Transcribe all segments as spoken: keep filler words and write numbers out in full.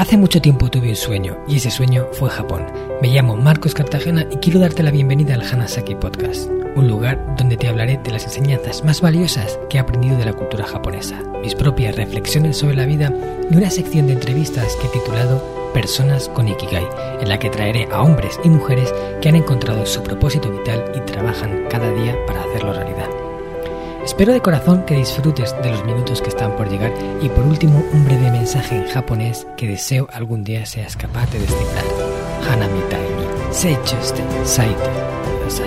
Hace mucho tiempo tuve un sueño, y ese sueño fue Japón. Me llamo Marcos Cartagena y quiero darte la bienvenida al Hanasaki Podcast, un lugar donde te hablaré de las enseñanzas más valiosas que he aprendido de la cultura japonesa, mis propias reflexiones sobre la vida y una sección de entrevistas que he titulado Personas con Ikigai, en la que traeré a hombres y mujeres que han encontrado su propósito vital y trabajan cada día para hacerlo realidad. Espero de corazón que disfrutes de los minutos que están por llegar y por último un breve mensaje en japonés que deseo algún día seas capaz de descifrar. Hana mitai ni seichū shite saite kudasai.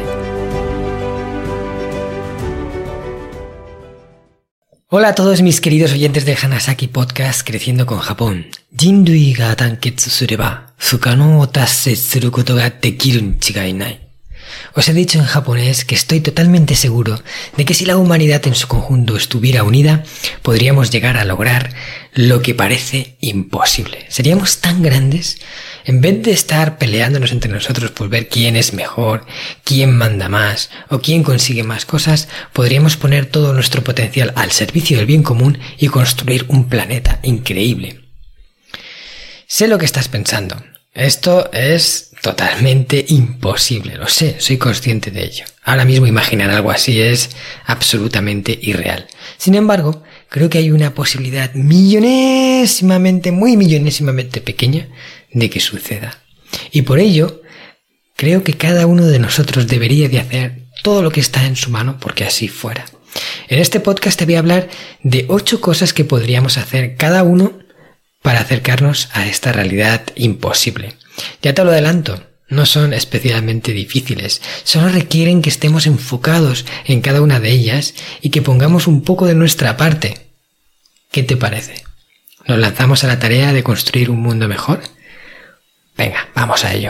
Hola a todos mis queridos oyentes del Hanasaki Podcast Creciendo con Japón. Jinrui ga danketsu sureba fukanou o tassei suru koto ga dekiru ni chigai nai. Os he dicho en japonés que estoy totalmente seguro de que si la humanidad en su conjunto estuviera unida, podríamos llegar a lograr lo que parece imposible. Seríamos tan grandes, en vez de estar peleándonos entre nosotros por ver quién es mejor, quién manda más o quién consigue más cosas, podríamos poner todo nuestro potencial al servicio del bien común y construir un planeta increíble. Sé lo que estás pensando. Esto es totalmente imposible, lo sé, soy consciente de ello. Ahora mismo imaginar algo así es absolutamente irreal. Sin embargo, creo que hay una posibilidad millonésimamente, muy millonésimamente pequeña de que suceda. Y por ello, creo que cada uno de nosotros debería de hacer todo lo que está en su mano porque así fuera. En este podcast te voy a hablar de ocho cosas que podríamos hacer cada uno para acercarnos a esta realidad imposible. Ya te lo adelanto, no son especialmente difíciles, solo requieren que estemos enfocados en cada una de ellas y que pongamos un poco de nuestra parte. ¿Qué te parece? ¿Nos lanzamos a la tarea de construir un mundo mejor? Venga, vamos a ello.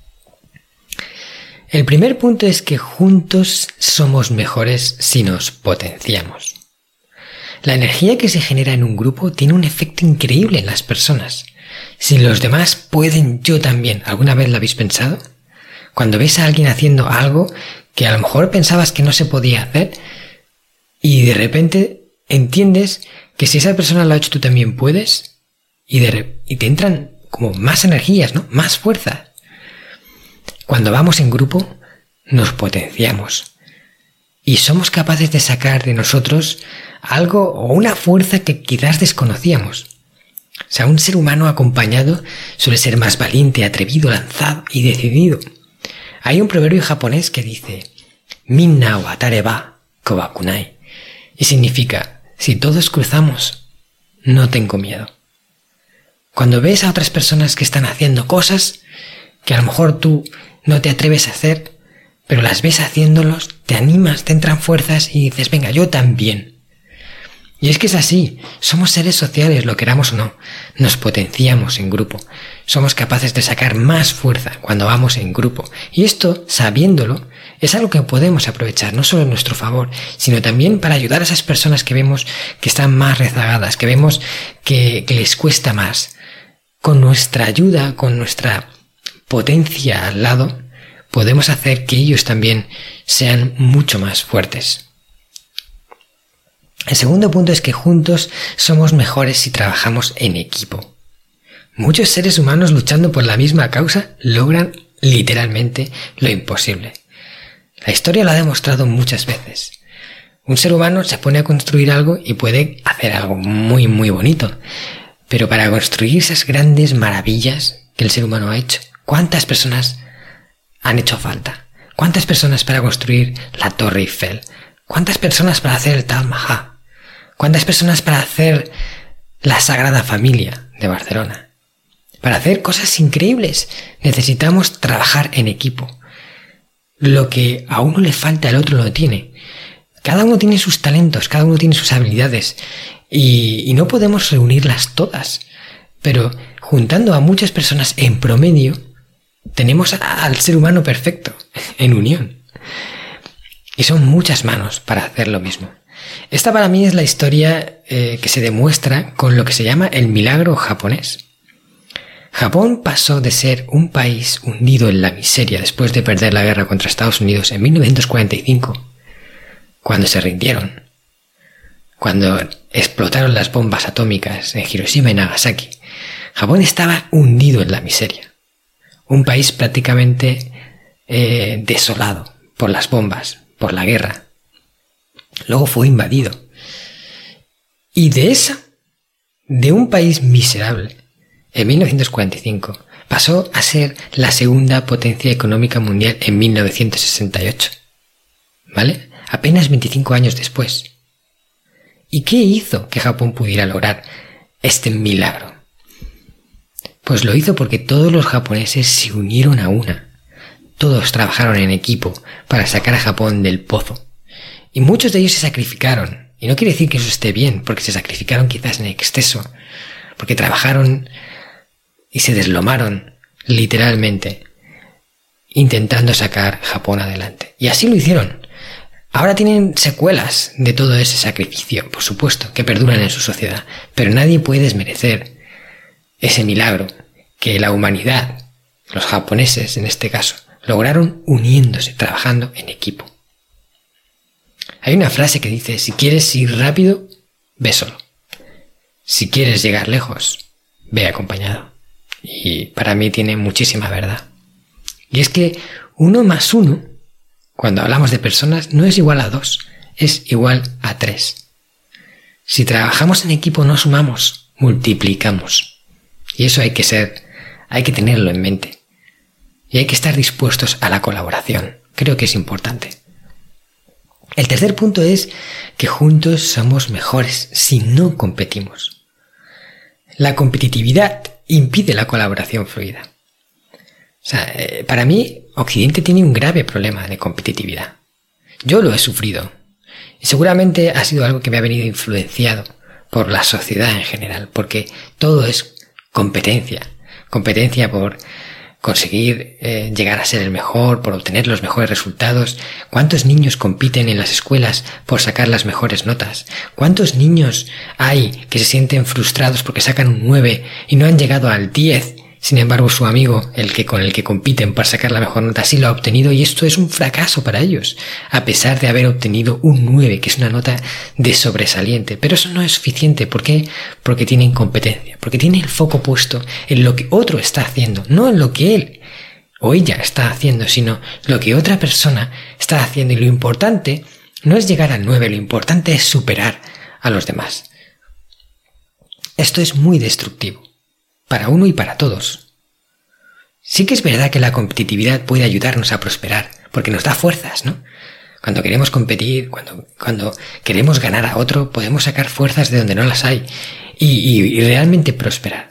El primer punto es que juntos somos mejores si nos potenciamos. La energía que se genera en un grupo tiene un efecto increíble en las personas. Si los demás pueden, yo también. ¿Alguna vez lo habéis pensado? Cuando ves a alguien haciendo algo que a lo mejor pensabas que no se podía hacer y de repente entiendes que si esa persona lo ha hecho tú también puedes y, de re- y te entran como más energías, ¿no? Más fuerza. Cuando vamos en grupo nos potenciamos y somos capaces de sacar de nosotros algo o una fuerza que quizás desconocíamos. O sea, un ser humano acompañado suele ser más valiente, atrevido, lanzado y decidido. Hay un proverbio japonés que dice Minna watareba kobakunai y significa si todos cruzamos, no tengo miedo. Cuando ves a otras personas que están haciendo cosas que a lo mejor tú no te atreves a hacer, pero las ves haciéndolos, te animas, te entran fuerzas y dices, venga, yo también. Y es que es así, somos seres sociales, lo queramos o no, nos potenciamos en grupo, somos capaces de sacar más fuerza cuando vamos en grupo. Y esto, sabiéndolo, es algo que podemos aprovechar, no solo en nuestro favor, sino también para ayudar a esas personas que vemos que están más rezagadas, que vemos que, que les cuesta más. Con nuestra ayuda, con nuestra potencia al lado, podemos hacer que ellos también sean mucho más fuertes. El segundo punto es que juntos somos mejores si trabajamos en equipo. Muchos seres humanos luchando por la misma causa logran literalmente lo imposible. La historia lo ha demostrado muchas veces. Un ser humano se pone a construir algo y puede hacer algo muy muy bonito. Pero para construir esas grandes maravillas que el ser humano ha hecho, ¿cuántas personas han hecho falta? ¿Cuántas personas para construir la Torre Eiffel? ¿Cuántas personas para hacer el Taj Mahal? ¿Cuántas personas para hacer la Sagrada Familia de Barcelona? Para hacer cosas increíbles necesitamos trabajar en equipo. Lo que a uno le falta, el otro lo tiene. Cada uno tiene sus talentos, cada uno tiene sus habilidades y, y no podemos reunirlas todas. Pero juntando a muchas personas en promedio, tenemos a, al ser humano perfecto, en unión. Y son muchas manos para hacer lo mismo. Esta para mí es la historia eh, que se demuestra con lo que se llama el milagro japonés. Japón pasó de ser un país hundido en la miseria después de perder la guerra contra Estados Unidos en mil novecientos cuarenta y cinco, cuando se rindieron, cuando explotaron las bombas atómicas en Hiroshima y Nagasaki. Japón estaba hundido en la miseria. Un país prácticamente eh, desolado por las bombas, por la guerra. Luego fue invadido. Y de esa, de un país miserable, en mil novecientos cuarenta y cinco, pasó a ser la segunda potencia económica mundial en mil novecientos sesenta y ocho. ¿Vale? Apenas veinticinco años después. ¿Y qué hizo que Japón pudiera lograr este milagro? Pues lo hizo porque todos los japoneses se unieron a una. Todos trabajaron en equipo para sacar a Japón del pozo. Y muchos de ellos se sacrificaron. Y no quiere decir que eso esté bien, porque se sacrificaron quizás en exceso. Porque trabajaron y se deslomaron, literalmente, intentando sacar Japón adelante. Y así lo hicieron. Ahora tienen secuelas de todo ese sacrificio, por supuesto, que perduran en su sociedad. Pero nadie puede desmerecer ese milagro que la humanidad, los japoneses en este caso, lograron uniéndose, trabajando en equipo. Hay una frase que dice, si quieres ir rápido, ve solo. Si quieres llegar lejos, ve acompañado. Y para mí tiene muchísima verdad. Y es que uno más uno, cuando hablamos de personas, no es igual a dos, es igual a tres. Si trabajamos en equipo no sumamos, multiplicamos. Y eso hay que ser, hay que tenerlo en mente. Y hay que estar dispuestos a la colaboración. Creo que es importante. El tercer punto es que juntos somos mejores si no competimos. La competitividad impide la colaboración fluida. O sea, eh, para mí, Occidente tiene un grave problema de competitividad. Yo lo he sufrido. Y seguramente ha sido algo que me ha venido influenciado por la sociedad en general, porque todo es competencia. Competencia por conseguir eh, llegar a ser el mejor, por obtener los mejores resultados. ¿Cuántos niños compiten en las escuelas por sacar las mejores notas? ¿Cuántos niños hay que se sienten frustrados porque sacan un nueve y no han llegado al diez? Sin embargo, su amigo, el que con el que compiten para sacar la mejor nota, sí lo ha obtenido y esto es un fracaso para ellos, a pesar de haber obtenido un nueve, que es una nota de sobresaliente. Pero eso no es suficiente. ¿Por qué? Porque tienen competencia, porque tienen el foco puesto en lo que otro está haciendo, no en lo que él o ella está haciendo, sino lo que otra persona está haciendo. Y lo importante no es llegar al nueve, lo importante es superar a los demás. Esto es muy destructivo. Para uno y para todos. Sí que es verdad que la competitividad puede ayudarnos a prosperar, porque nos da fuerzas, ¿no? Cuando queremos competir, cuando, cuando queremos ganar a otro, podemos sacar fuerzas de donde no las hay y, y, y realmente prosperar.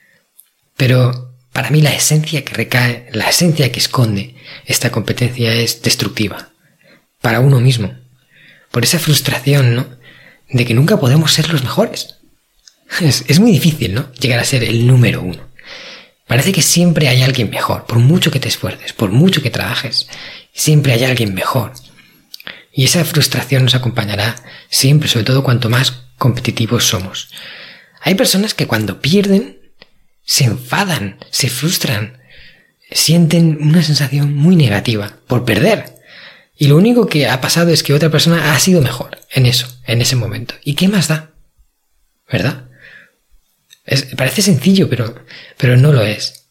Pero para mí la esencia que recae, la esencia que esconde esta competencia es destructiva. Para uno mismo. Por esa frustración, ¿no? De que nunca podemos ser los mejores. Es, es muy difícil, ¿no? Llegar a ser el número uno. Parece que siempre hay alguien mejor, por mucho que te esfuerces, por mucho que trabajes, siempre hay alguien mejor. Y esa frustración nos acompañará siempre, sobre todo cuanto más competitivos somos. Hay personas que cuando pierden, se enfadan, se frustran, sienten una sensación muy negativa por perder. Y lo único que ha pasado es que otra persona ha sido mejor en eso, en ese momento. ¿Y qué más da? ¿Verdad? Es, parece sencillo, pero, pero no lo es.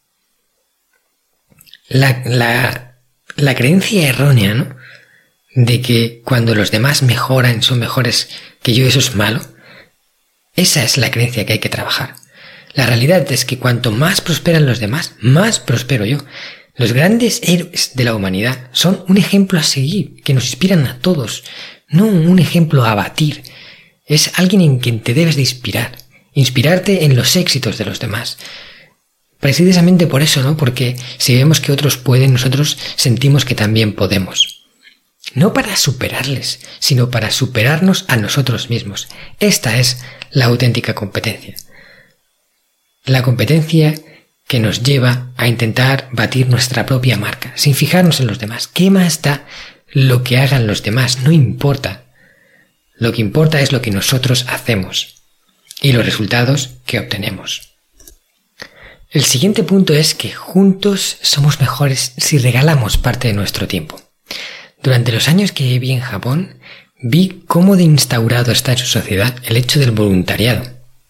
La, la, la creencia errónea, ¿no? De que cuando los demás mejoran son mejores que yo, eso es malo. Esa es la creencia que hay que trabajar. La realidad es que cuanto más prosperan los demás, más prospero yo. Los grandes héroes de la humanidad son un ejemplo a seguir, que nos inspiran a todos, no un ejemplo a batir. Es alguien en quien te debes de inspirar. Inspirarte en los éxitos de los demás. Precisamente por eso, ¿no? Porque si vemos que otros pueden, nosotros sentimos que también podemos. No para superarles, sino para superarnos a nosotros mismos. Esta es la auténtica competencia. La competencia que nos lleva a intentar batir nuestra propia marca, sin fijarnos en los demás. ¿Qué más da lo que hagan los demás? No importa. Lo que importa es lo que nosotros hacemos y los resultados que obtenemos. El siguiente punto es que juntos somos mejores si regalamos parte de nuestro tiempo. Durante los años que viví en Japón, vi cómo de instaurado está en su sociedad el hecho del voluntariado.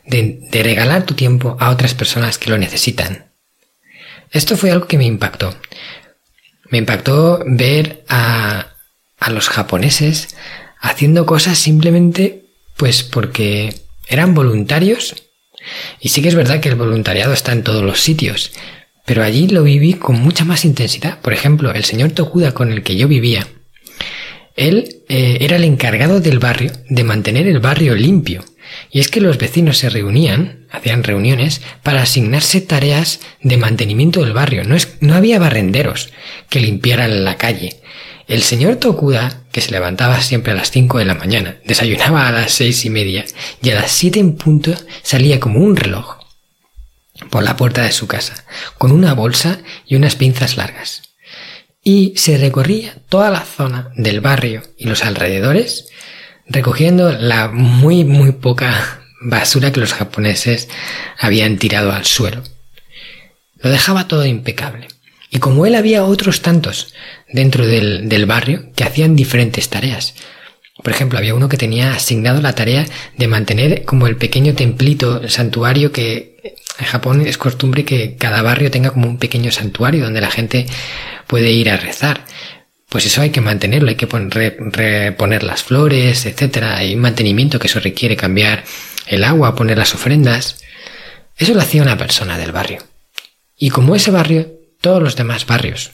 de, de regalar tu tiempo a otras personas que lo necesitan. Esto fue algo que me impactó. Me impactó ver a, a los japoneses haciendo cosas simplemente pues porque eran voluntarios. Y sí que es verdad que el voluntariado está en todos los sitios, pero allí lo viví con mucha más intensidad. Por ejemplo, el señor Tokuda con el que yo vivía, él eh, era el encargado del barrio de mantener el barrio limpio. Y es que los vecinos se reunían, hacían reuniones para asignarse tareas de mantenimiento del barrio. No, es, no había barrenderos que limpiaran la calle. El señor Tokuda, que se levantaba siempre a las cinco de la mañana, desayunaba a las seis y media y a las siete en punto salía como un reloj por la puerta de su casa, con una bolsa y unas pinzas largas. Y se recorría toda la zona del barrio y los alrededores, recogiendo la muy muy poca basura que los japoneses habían tirado al suelo. Lo dejaba todo impecable. Y como él había otros tantos dentro del, del barrio que hacían diferentes tareas. Por ejemplo, había uno que tenía asignado la tarea de mantener como el pequeño templito, el santuario, que en Japón es costumbre que cada barrio tenga como un pequeño santuario donde la gente puede ir a rezar. Pues eso hay que mantenerlo, hay que poner, reponer las flores, etcétera. Hay mantenimiento que eso requiere, cambiar el agua, poner las ofrendas. Eso lo hacía una persona del barrio. Y como ese barrio, todos los demás barrios.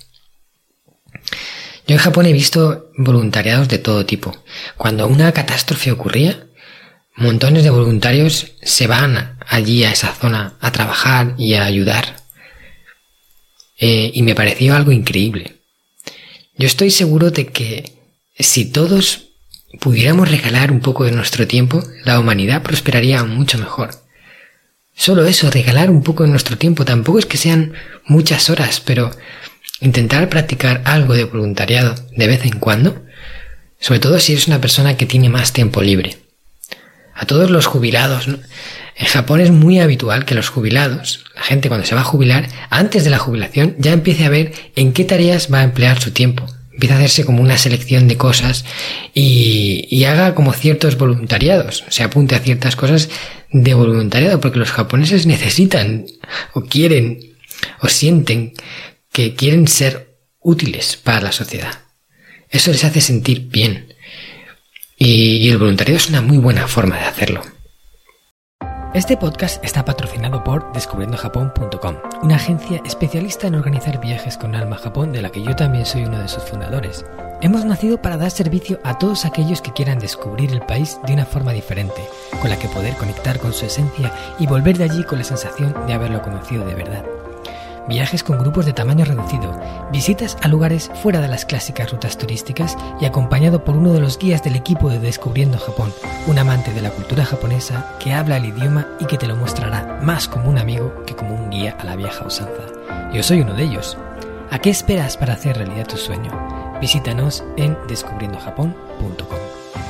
Yo en Japón he visto voluntariados de todo tipo. Cuando una catástrofe ocurría, montones de voluntarios se van allí a esa zona a trabajar y a ayudar. Eh, y me pareció algo increíble. Yo estoy seguro de que si todos pudiéramos regalar un poco de nuestro tiempo, la humanidad prosperaría mucho mejor. Solo eso, regalar un poco de nuestro tiempo. Tampoco es que sean muchas horas, pero intentar practicar algo de voluntariado de vez en cuando, sobre todo si eres una persona que tiene más tiempo libre. A todos los jubilados, ¿no? En Japón es muy habitual que los jubilados, la gente cuando se va a jubilar, antes de la jubilación ya empiece a ver en qué tareas va a emplear su tiempo. Empieza a hacerse como una selección de cosas y, y haga como ciertos voluntariados, se apunte a ciertas cosas de voluntariado, porque los japoneses necesitan o quieren o sienten que quieren ser útiles para la sociedad. Eso les hace sentir bien. Y, y el voluntariado es una muy buena forma de hacerlo. Este podcast está patrocinado por descubriendo japón punto com, una agencia especialista en organizar viajes con alma a Japón, de la que yo también soy uno de sus fundadores. Hemos nacido para dar servicio a todos aquellos que quieran descubrir el país de una forma diferente, con la que poder conectar con su esencia y volver de allí con la sensación de haberlo conocido de verdad. Viajes con grupos de tamaño reducido, visitas a lugares fuera de las clásicas rutas turísticas y acompañado por uno de los guías del equipo de Descubriendo Japón, un amante de la cultura japonesa que habla el idioma y que te lo mostrará más como un amigo que como un guía a la vieja usanza. Yo soy uno de ellos. ¿A qué esperas para hacer realidad tu sueño? Visítanos en descubriendo japón punto com.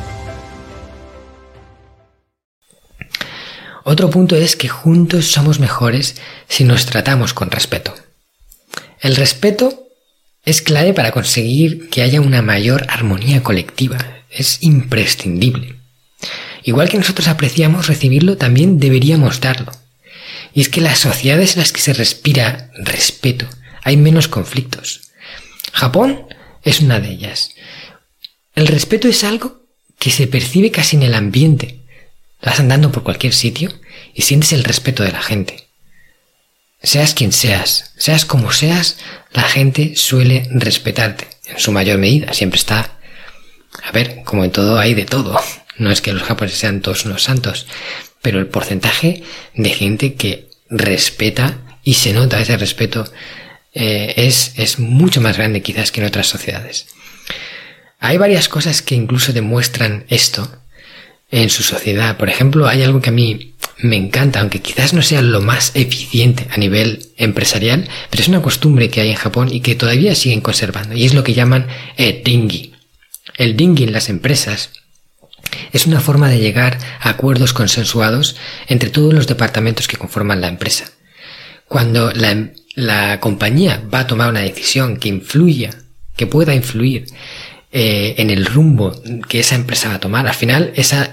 Otro punto es que juntos somos mejores si nos tratamos con respeto. El respeto es clave para conseguir que haya una mayor armonía colectiva. Es imprescindible. Igual que nosotros apreciamos recibirlo, también deberíamos darlo. Y es que las sociedades en las que se respira respeto, hay menos conflictos. Japón es una de ellas. El respeto es algo que se percibe casi en el ambiente. Vas andando por cualquier sitio y sientes el respeto de la gente. Seas quien seas, seas como seas, la gente suele respetarte en su mayor medida. Siempre está... A ver, como en todo hay de todo. No es que los japoneses sean todos unos santos, pero el porcentaje de gente que respeta y se nota ese respeto eh, es, es mucho más grande quizás que en otras sociedades. Hay varias cosas que incluso demuestran esto en su sociedad. Por ejemplo, hay algo que a mí me encanta, aunque quizás no sea lo más eficiente a nivel empresarial, pero es una costumbre que hay en Japón y que todavía siguen conservando, y es lo que llaman el ringi. El ringi en las empresas es una forma de llegar a acuerdos consensuados entre todos los departamentos que conforman la empresa. Cuando la, la compañía va a tomar una decisión que influya, que pueda influir eh, en el rumbo que esa empresa va a tomar, al final esa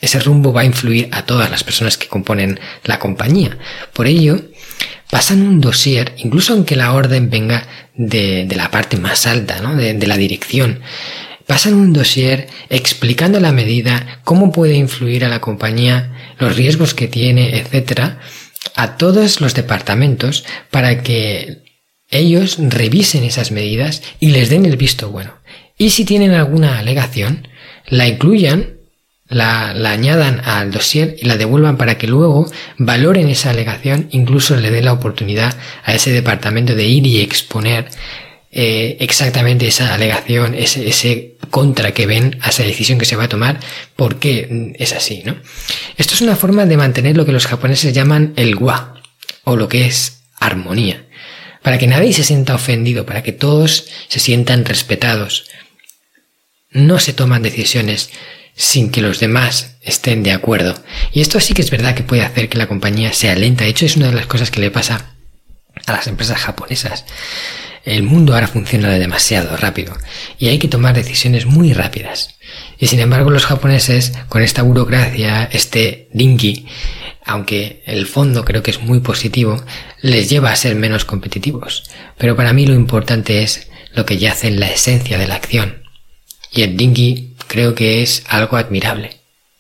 ese rumbo va a influir a todas las personas que componen la compañía. Por ello, pasan un dossier, incluso aunque la orden venga de, de la parte más alta, ¿no? de, de la dirección. Pasan un dossier explicando la medida, cómo puede influir a la compañía, los riesgos que tiene, etcétera, a todos los departamentos para que ellos revisen esas medidas y les den el visto bueno. Y si tienen alguna alegación, la incluyan, la, la añadan al dossier y la devuelvan para que luego valoren esa alegación, incluso le den la oportunidad a ese departamento de ir y exponer eh, exactamente esa alegación, ese, ese contra que ven a esa decisión que se va a tomar, por qué es así, ¿no? Esto es una forma de mantener lo que los japoneses llaman el wa, o lo que es armonía, para que nadie se sienta ofendido, para que todos se sientan respetados. No se toman decisiones sin que los demás estén de acuerdo. Y esto sí que es verdad que puede hacer que la compañía sea lenta. De hecho, es una de las cosas que le pasa a las empresas japonesas. El mundo ahora funciona demasiado rápido y hay que tomar decisiones muy rápidas. Y sin embargo, los japoneses, con esta burocracia, este ringi, aunque el fondo creo que es muy positivo, les lleva a ser menos competitivos. Pero para mí lo importante es lo que yace en la esencia de la acción. Y el ringi creo que es algo admirable.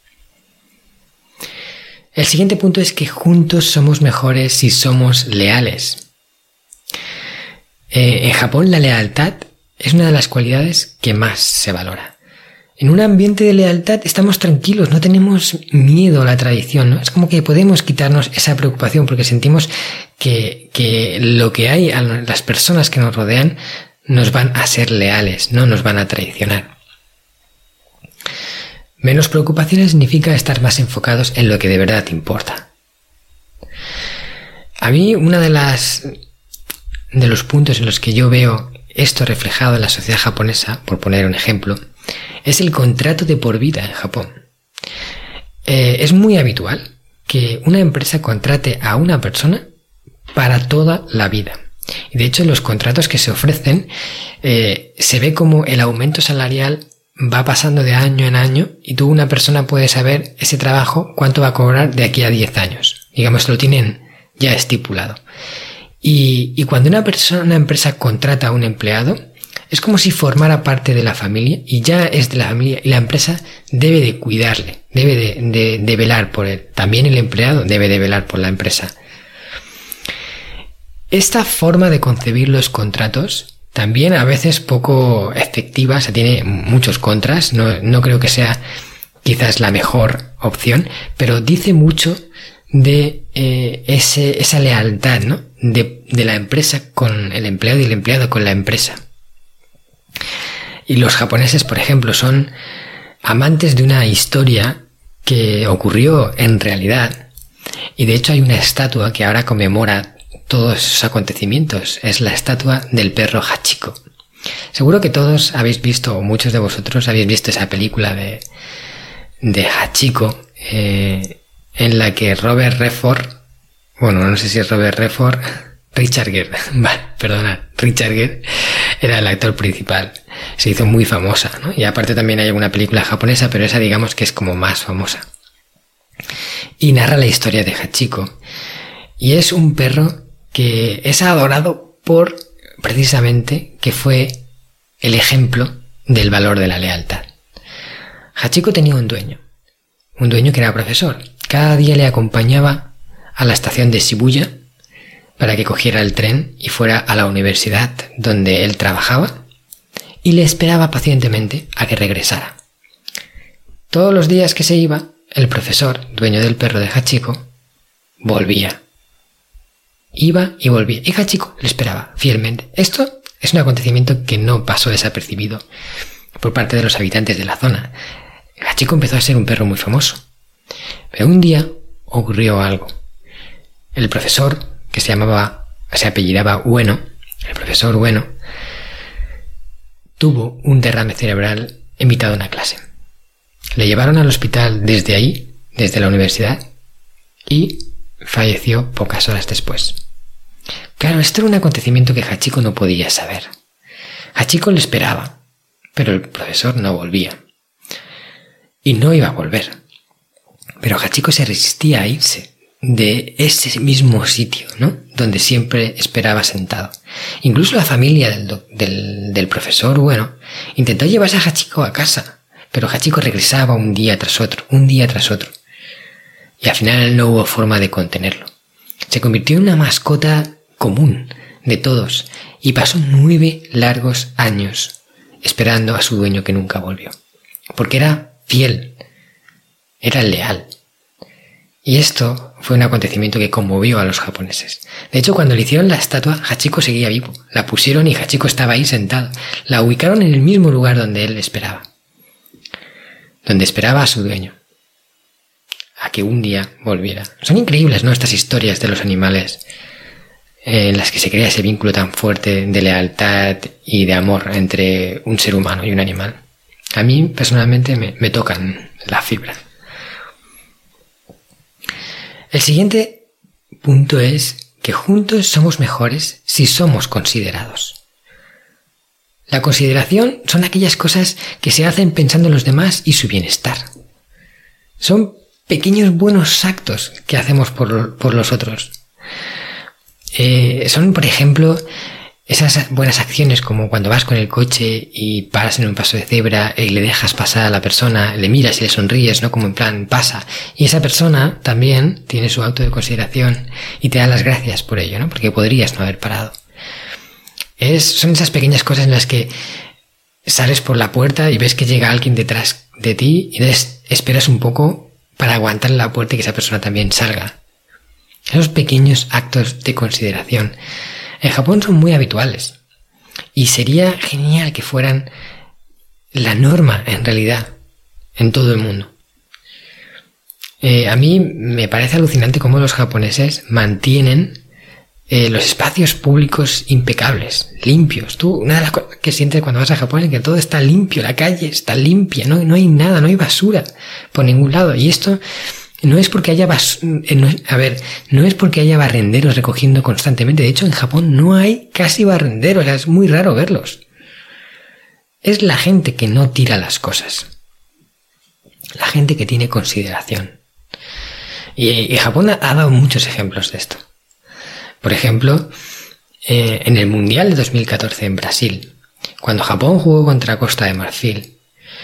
El siguiente punto es que juntos somos mejores si somos leales. Eh, en Japón la lealtad es una de las cualidades que más se valora. En un ambiente de lealtad estamos tranquilos, no tenemos miedo a la traición, ¿no? Es como que podemos quitarnos esa preocupación porque sentimos que, que lo que hay a las personas que nos rodean nos van a ser leales, no nos van a traicionar. Menos preocupaciones significa estar más enfocados en lo que de verdad importa. A mí una de las de los puntos en los que yo veo esto reflejado en la sociedad japonesa, por poner un ejemplo, es el contrato de por vida en Japón. Eh, es muy habitual que una empresa contrate a una persona para toda la vida. Y de hecho, en los contratos que se ofrecen, eh, se ve como el aumento salarial va pasando de año en año y tú, una persona, puede saber ese trabajo cuánto va a cobrar de aquí a diez años. Digamos, lo tienen ya estipulado. Y, y cuando una persona, una empresa contrata a un empleado, es como si formara parte de la familia y ya es de la familia y la empresa debe de cuidarle, debe de, de, de velar por él. También el empleado debe de velar por la empresa. Esta forma de concebir los contratos, también a veces poco efectiva, o sea, tiene muchos contras, no, no creo que sea quizás la mejor opción, pero dice mucho de eh, ese, esa lealtad, ¿no? de, de la empresa con el empleado y el empleado con la empresa. Y los japoneses, por ejemplo, son amantes de una historia que ocurrió en realidad, y de hecho hay una estatua que ahora conmemora todos esos acontecimientos. Es la estatua del perro Hachiko. Seguro que todos habéis visto, o muchos de vosotros habéis visto esa película de, de Hachiko, eh, en la que Robert Redford, bueno, no sé si es Robert Redford, Richard Gere, vale, perdonad, Richard Gere era el actor principal. Se hizo muy famosa, ¿no? Y aparte también hay una película japonesa, pero esa digamos que es como más famosa. Y narra la historia de Hachiko. Y es un perro que es adorado por, precisamente, que fue el ejemplo del valor de la lealtad. Hachiko tenía un dueño, un dueño que era profesor. Cada día le acompañaba a la estación de Shibuya para que cogiera el tren y fuera a la universidad donde él trabajaba, y le esperaba pacientemente a que regresara. Todos los días que se iba, el profesor, dueño del perro de Hachiko, volvía. Iba y volvía, y Hachiko le esperaba fielmente. Esto es un acontecimiento que no pasó desapercibido por parte de los habitantes de la zona. Hachiko empezó a ser un perro muy famoso. Pero un día ocurrió algo. El profesor, que se llamaba, se apellidaba Ueno, el profesor Ueno, tuvo un derrame cerebral invitado a una clase. Le llevaron al hospital desde ahí, desde la universidad, y falleció pocas horas después. Claro, esto era un acontecimiento que Hachiko no podía saber. Hachiko le esperaba, pero el profesor no volvía. Y no iba a volver. Pero Hachiko se resistía a irse de ese mismo sitio, ¿no? Donde siempre esperaba sentado. Incluso la familia del, del, del profesor, bueno, intentó llevarse a Hachiko a casa, pero Hachiko regresaba un día tras otro, un día tras otro. Y al final no hubo forma de contenerlo. Se convirtió en una mascota común de todos y pasó nueve largos años esperando a su dueño que nunca volvió. Porque era fiel, era leal. Y esto fue un acontecimiento que conmovió a los japoneses. De hecho, cuando le hicieron la estatua, Hachiko seguía vivo. La pusieron y Hachiko estaba ahí sentado. La ubicaron en el mismo lugar donde él esperaba. Donde esperaba a su dueño. A que un día volviera. Son increíbles, ¿no? Estas historias de los animales eh, en las que se crea ese vínculo tan fuerte de lealtad y de amor entre un ser humano y un animal. A mí, personalmente, me, me tocan la fibra. El siguiente punto es que juntos somos mejores si somos considerados. La consideración son aquellas cosas que se hacen pensando en los demás y su bienestar. Son pequeños buenos actos que hacemos por, por los otros. Eh, son, por ejemplo, esas buenas acciones como cuando vas con el coche y paras en un paso de cebra y le dejas pasar a la persona, le miras y le sonríes, ¿no? Como en plan, pasa. Y esa persona también tiene su auto de consideración y te da las gracias por ello, ¿no? Porque podrías no haber parado. Es, son esas pequeñas cosas en las que sales por la puerta y ves que llega alguien detrás de ti y entonces esperas un poco para aguantar la puerta y que esa persona también salga. Esos pequeños actos de consideración en Japón son muy habituales y sería genial que fueran la norma en realidad en todo el mundo. Eh, a mí me parece alucinante cómo los japoneses mantienen eh, los espacios públicos impecables, limpios. Tú, una de las cosas que sientes cuando vas a Japón es que todo está limpio, la calle está limpia, no, no hay nada, no hay basura por ningún lado. Y esto no es porque haya bas- no es, a ver, no es porque haya barrenderos recogiendo constantemente. De hecho, en Japón no hay casi barrenderos, es muy raro verlos. Es la gente que no tira las cosas. La gente que tiene consideración. Y, y Japón ha, ha dado muchos ejemplos de esto. Por ejemplo, eh, en el Mundial de dos mil catorce en Brasil, cuando Japón jugó contra Costa de Marfil,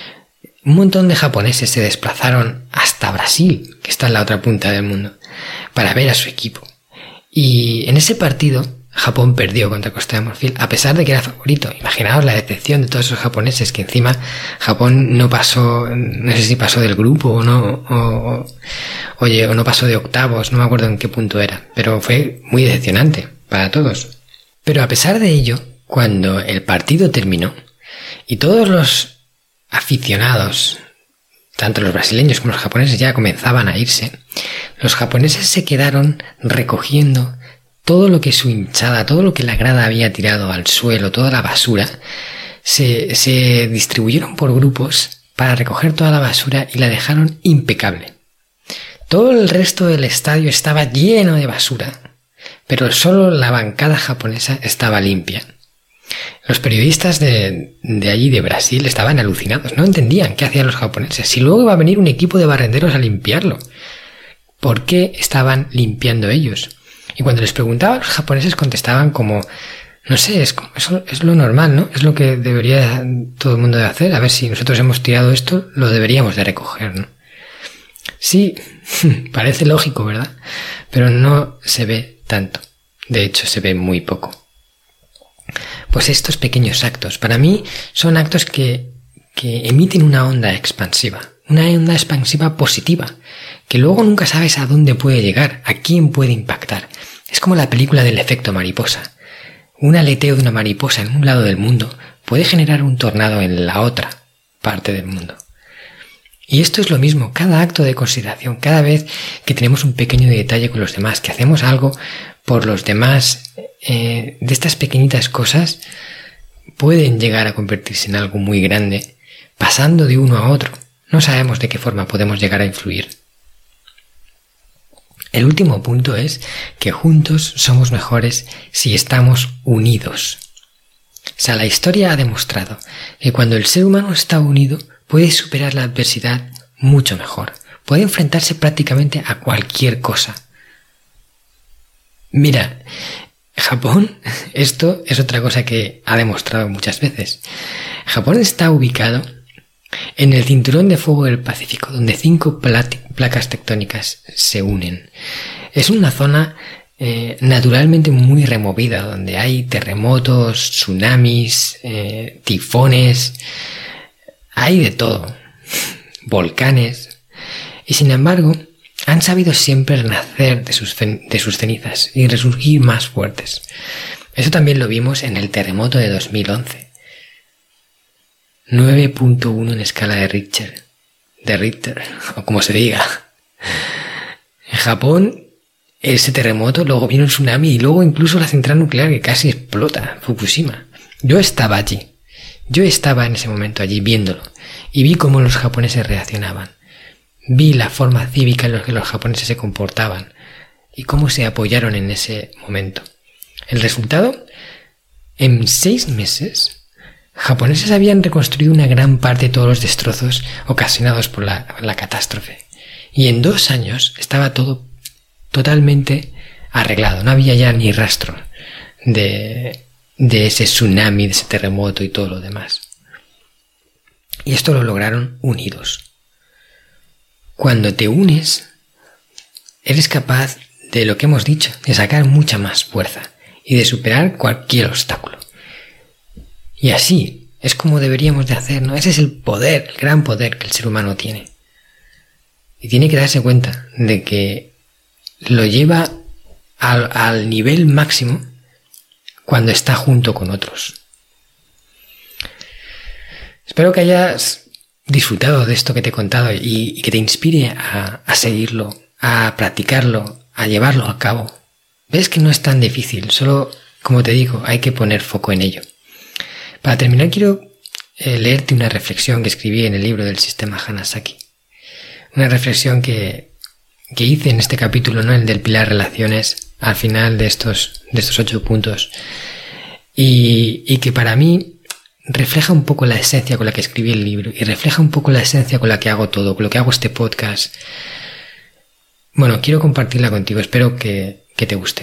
un montón de japoneses se desplazaron hasta Brasil, que está en la otra punta del mundo, para ver a su equipo. Y en ese partido, Japón perdió contra Costa de Marfil, a pesar de que era favorito. Imaginaos la decepción de todos esos japoneses, que encima Japón no pasó, no sé si pasó del grupo o no, o, o, oye, o no pasó de octavos, no me acuerdo en qué punto era, pero fue muy decepcionante para todos. Pero a pesar de ello, cuando el partido terminó, y todos los aficionados, tanto los brasileños como los japoneses, ya comenzaban a irse, los japoneses se quedaron recogiendo todo lo que su hinchada, todo lo que la grada había tirado al suelo, toda la basura, se, se distribuyeron por grupos para recoger toda la basura y la dejaron impecable. Todo el resto del estadio estaba lleno de basura, pero solo la bancada japonesa estaba limpia. Los periodistas de, de allí, de Brasil, estaban alucinados, no entendían qué hacían los japoneses. Si luego iba a venir un equipo de barrenderos a limpiarlo, ¿por qué estaban limpiando ellos? Y cuando les preguntaba, los japoneses contestaban como, no sé, es, como, eso es lo normal, ¿no? Es lo que debería todo el mundo de hacer. A ver, si nosotros hemos tirado esto, lo deberíamos de recoger, ¿no? Sí, parece lógico, ¿verdad? Pero no se ve tanto. De hecho, se ve muy poco. Pues estos pequeños actos, para mí, son actos que, que emiten una onda expansiva. Una onda expansiva positiva, que luego nunca sabes a dónde puede llegar, a quién puede impactar. Es como la película del efecto mariposa. Un aleteo de una mariposa en un lado del mundo puede generar un tornado en la otra parte del mundo. Y esto es lo mismo, cada acto de consideración, cada vez que tenemos un pequeño detalle con los demás, que hacemos algo por los demás, eh, de estas pequeñitas cosas, pueden llegar a convertirse en algo muy grande, pasando de uno a otro. No sabemos de qué forma podemos llegar a influir. El último punto es que juntos somos mejores si estamos unidos. O sea, la historia ha demostrado que cuando el ser humano está unido puede superar la adversidad mucho mejor, puede enfrentarse prácticamente a cualquier cosa. Mira, Japón, esto es otra cosa que ha demostrado muchas veces. Japón está ubicado en el cinturón de fuego del Pacífico, donde cinco placas tectónicas se unen. Es una zona eh, naturalmente muy removida, donde hay terremotos, tsunamis, eh, tifones, hay de todo, volcanes. Y sin embargo, han sabido siempre renacer de sus, de sus cenizas y resurgir más fuertes. Eso también lo vimos en el terremoto de dos mil once. nueve punto uno en escala de Richter, de Richter, o como se diga. En Japón, ese terremoto, luego vino el tsunami y luego incluso la central nuclear que casi explota, Fukushima. Yo estaba allí, yo estaba en ese momento allí viéndolo y vi cómo los japoneses reaccionaban. Vi la forma cívica en la que los japoneses se comportaban y cómo se apoyaron en ese momento. El resultado, en seis meses, japoneses habían reconstruido una gran parte de todos los destrozos ocasionados por la, la catástrofe. Y en dos años estaba todo totalmente arreglado. No había ya ni rastro de, de ese tsunami, de ese terremoto y todo lo demás. Y esto lo lograron unidos. Cuando te unes, eres capaz de lo que hemos dicho, de sacar mucha más fuerza y de superar cualquier obstáculo. Y así es como deberíamos de hacer, ¿no? Ese es el poder, el gran poder que el ser humano tiene. Y tiene que darse cuenta de que lo lleva al, al nivel máximo cuando está junto con otros. Espero que hayas disfrutado de esto que te he contado y, y que te inspire a, a seguirlo, a practicarlo, a llevarlo a cabo. Ves que no es tan difícil, solo, como te digo, hay que poner foco en ello. Para terminar, quiero eh, leerte una reflexión que escribí en el libro del sistema Hanasaki. Una reflexión que, que hice en este capítulo, ¿no? El del pilar relaciones, al final de estos, de estos ocho puntos. Y, y que para mí refleja un poco la esencia con la que escribí el libro y refleja un poco la esencia con la que hago todo, con lo que hago este podcast. Bueno, quiero compartirla contigo, espero que, que te guste.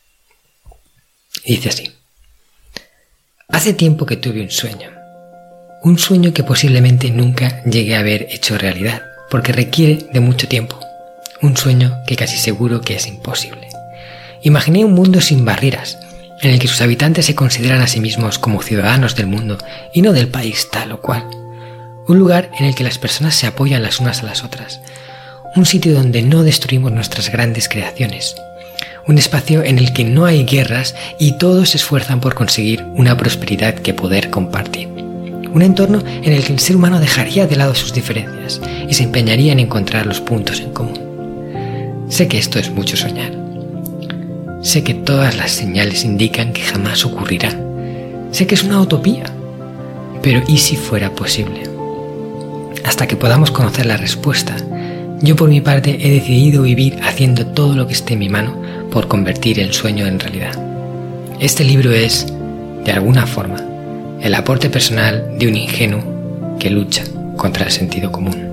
Y dice así. Hace tiempo que tuve un sueño. Un sueño que posiblemente nunca llegué a haber hecho realidad, porque requiere de mucho tiempo. Un sueño que casi seguro que es imposible. Imaginé un mundo sin barreras, en el que sus habitantes se consideran a sí mismos como ciudadanos del mundo y no del país tal o cual. Un lugar en el que las personas se apoyan las unas a las otras. Un sitio donde no destruimos nuestras grandes creaciones. Un espacio en el que no hay guerras y todos se esfuerzan por conseguir una prosperidad que poder compartir. Un entorno en el que el ser humano dejaría de lado sus diferencias y se empeñaría en encontrar los puntos en común. Sé que esto es mucho soñar. Sé que todas las señales indican que jamás ocurrirá. Sé que es una utopía. Pero ¿y si fuera posible? Hasta que podamos conocer la respuesta, yo por mi parte he decidido vivir haciendo todo lo que esté en mi mano por convertir el sueño en realidad. Este libro es, de alguna forma, el aporte personal de un ingenuo que lucha contra el sentido común.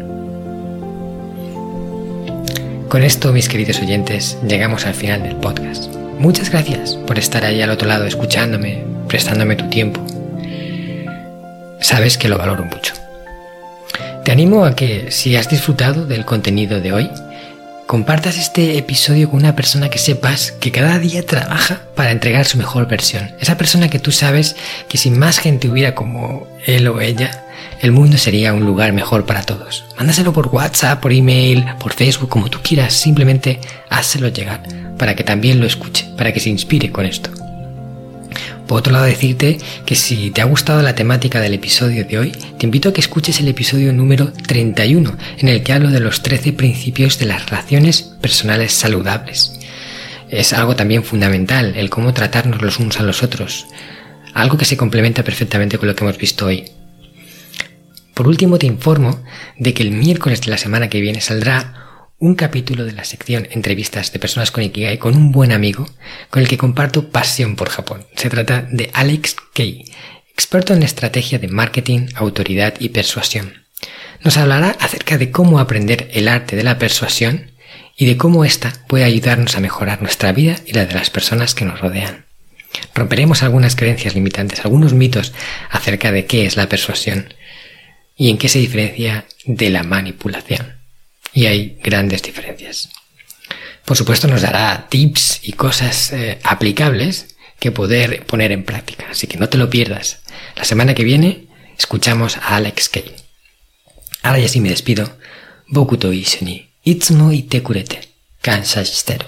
Con esto, mis queridos oyentes, llegamos al final del podcast. Muchas gracias por estar ahí al otro lado escuchándome, prestándome tu tiempo. Sabes que lo valoro mucho. Te animo a que, si has disfrutado del contenido de hoy, compartas este episodio con una persona que sepas que cada día trabaja para entregar su mejor versión. Esa persona que tú sabes que si más gente hubiera como él o ella, el mundo sería un lugar mejor para todos. Mándaselo por WhatsApp, por email, por Facebook, como tú quieras. Simplemente házselo llegar para que también lo escuche, para que se inspire con esto. Por otro lado, decirte que si te ha gustado la temática del episodio de hoy, te invito a que escuches el episodio número treinta y uno, en el que hablo de los trece principios de las relaciones personales saludables. Es algo también fundamental, el cómo tratarnos los unos a los otros. Algo que se complementa perfectamente con lo que hemos visto hoy. Por último, te informo de que el miércoles de la semana que viene saldrá un capítulo de la sección Entrevistas de Personas con Ikigai con un buen amigo con el que comparto pasión por Japón. Se trata de Alex Kei, experto en estrategia de marketing, autoridad y persuasión. Nos hablará acerca de cómo aprender el arte de la persuasión y de cómo ésta puede ayudarnos a mejorar nuestra vida y la de las personas que nos rodean. Romperemos algunas creencias limitantes, algunos mitos acerca de qué es la persuasión y en qué se diferencia de la manipulación. Y hay grandes diferencias. Por supuesto, nos dará tips y cosas eh, aplicables que poder poner en práctica, así que no te lo pierdas. La semana que viene escuchamos a Alex Kay. Ahora ya sí me despido. Boku to issho ni itsumo ite kurete kansha shiteru.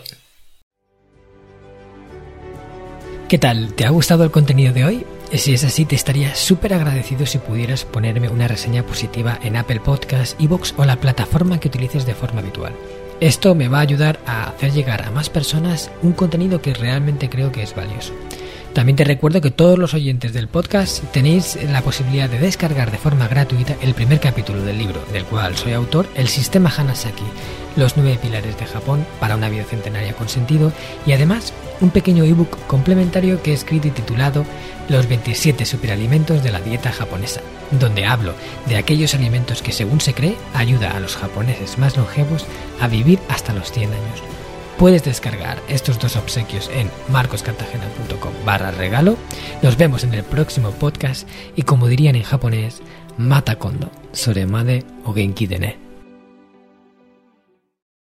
¿Qué tal? ¿Te ha gustado el contenido de hoy? Si es así, te estaría súper agradecido si pudieras ponerme una reseña positiva en Apple Podcasts, iVoox o la plataforma que utilices de forma habitual. Esto me va a ayudar a hacer llegar a más personas un contenido que realmente creo que es valioso. También te recuerdo que todos los oyentes del podcast tenéis la posibilidad de descargar de forma gratuita el primer capítulo del libro, del cual soy autor, El Sistema Hanasaki, los nueve pilares de Japón para una vida centenaria con sentido, y además un pequeño ebook complementario que he escrito y titulado Los veintisiete superalimentos de la dieta japonesa, donde hablo de aquellos alimentos que, según se cree, ayuda a los japoneses más longevos a vivir hasta los cien años. Puedes descargar estos dos obsequios en marcoscartagena punto com barra regalo. Nos vemos en el próximo podcast y, como dirían en japonés, mata kondo, soremade o genki de ne.